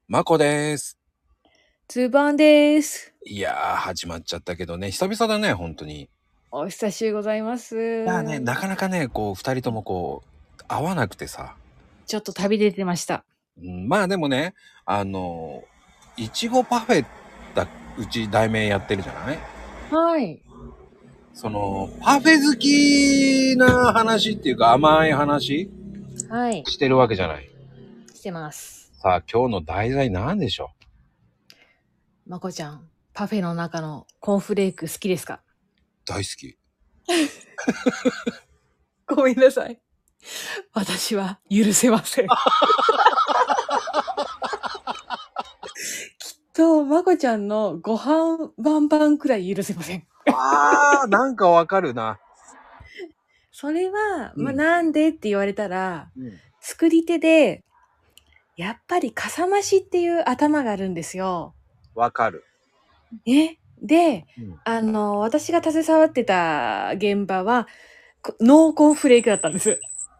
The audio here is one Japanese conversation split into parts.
まこです。 ズバンです。 いやー、始まっちゃったけどね、久々だね、本当に。 お久しゅうございます。 いやーね、なかなかね、こう、二人ともこう、会わなくてさ。 ちょっと旅出てました。 まあでもね、いちごパフェだ、うち題名やってるじゃない。 はい。 その、パフェ好きな話っていうか甘い話はい。 してるわけじゃない。 してます。 さあ、今日の題材なんでしょまこちゃん、パフェの中のコーンフレーク好きですか？ う。大好き。 ごめんなさい。私は許せません。まこちゃんのご飯バンバンくらい許せません。 なんかわかるな。 それは、 うん。 なんでって言われたら、 うん。 作り手で、やっぱりかさ増しっていう頭があるんですよ。 わかる。 で、 うん。 私が携わってた現場は、濃厚フレークだったんです。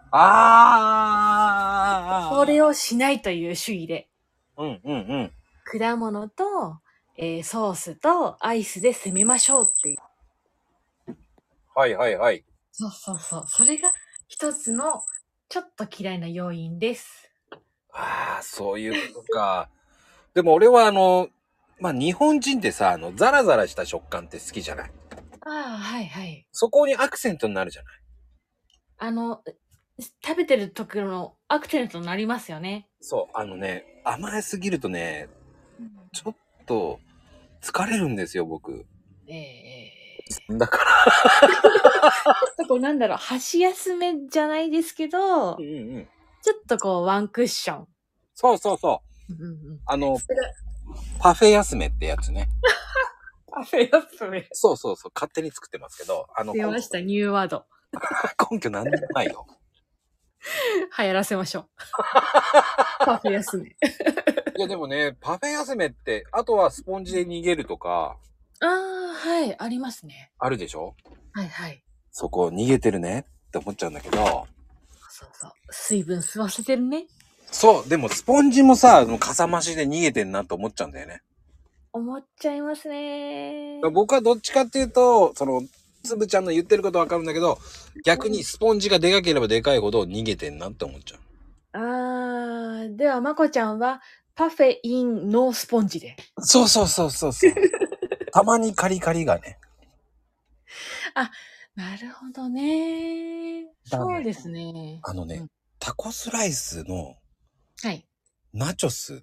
それあをしないという主義で。 うんうんうん。 果物と、ソースとアイスで攻めましょうっていう。 はいはいはい。 そうそうそう。それが一つのちょっと嫌いな要因です。 ああ、そういうことか。でも俺はまあ、日本人ってさ、ザラザラした食感って好きじゃない。 ああ、はいはい。 そこにアクセントになるじゃない。 あの、食べてる時のアクセントになりますよね。 そう、甘えすぎるとね、 うん、 ちょっと疲れるんですよ、僕。 ええ、 だから。 ちょっとこうなんだろう、箸休めじゃないですけど、 うんうんうん。 ちょっとこうワンクッション。 そうそうそう。 うんうんうん。 あの、 それがパフェ休めってやつね。 パフェ休め。 そうそうそう、勝手に作ってますけど、 出ました、ニューワード。 根拠なんにもないよ。 流行らせましょう。パフェ休め。 いやでもね、パフェ休めって、あとはスポンジで逃げるとか、 ああ、はい、ありますね。 あるでしょ。 はいはい。 そこ逃げてるねって思っちゃうんだけど、 そうそう。水分吸わせてるね。 そう、でもスポンジもさ、かさ増しで逃げてんなと思っちゃうんだよね。 思っちゃいますね。 僕はどっちかっていうと、つぶちゃんの言ってることわかるんだけど、逆にスポンジがでかければでかいほど逃げてんなって思っちゃう。 ああ、では、まこちゃんは、パフェインノースポンジで。 そうそうそうそうそう。たまにカリカリがね。 あ、なるほどね。 だね。 そうですね。 あのね、 うん。 タコスライスのはい。 ナチョス、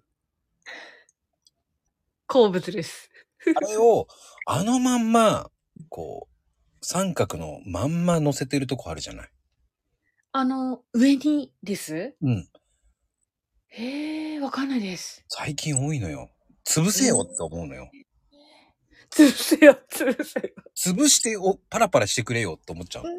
好物です。 あれをあのまんま、こ三角のまんま乗せてるとこあるじゃない。 上にです？ うん。 へえ、わかんないです。 最近多いのよ。潰せよって思うのよ。 潰せよ、潰せよ。 潰してパラパラしてくれよって思っちゃうの。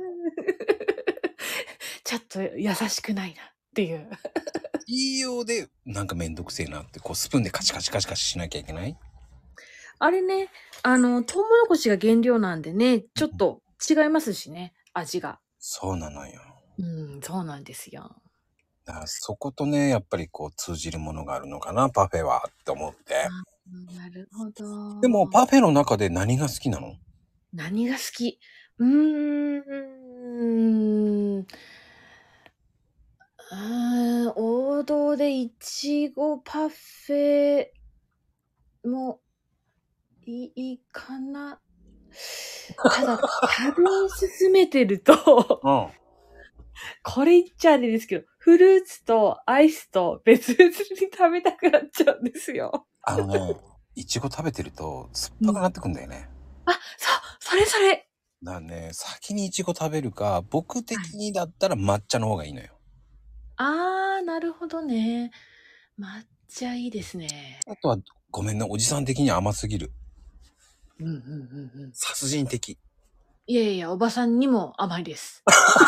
ちょっと優しくないなっていう。 言いようで、なんかめんどくせえなって、こうスプーンでカチカチカチカチしなきゃいけない。 あれね、トウモロコシが原料なんでね、ちょっと違いますしね、味が。 そうなのよ。 うん、そうなんですよ。 だからそことね、やっぱりこう通じるものがあるのかな、パフェはって思って。 あ、なるほでもど。 パフェの中で何が好きなの？ 何が好き？うーん。王道でいちごパフェもいいかな。ただ、食べ進めてると、 うん。 これ言っちゃあれですけど、フルーツとアイスと別々に食べたくなっちゃうんですよ。 あのね、いちご食べてると酸っうん。 ぱくなってくんだよね。 あ、それそれ。 だからね、先にいちご食べるか、僕はい。 的にだったら抹茶の方がいいのよ。 ああ、なるほどね。抹茶いいですね。 あとは、ごめんね、おじさん的に甘すぎる。 うんうんうんうん。 殺人的。 いやいや、おばさんにも甘いです。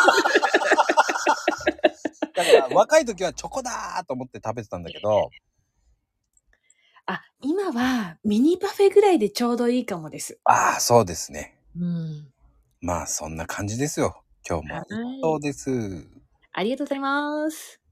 だから若い時はチョコだーと思って食べてたんだけど、 あ、今はミニパフェぐらいでちょうどいいかもです。 ああ、そうですね。 うん。 まあそんな感じですよ。今日もはありがとうい。 です。 ありがとうございます。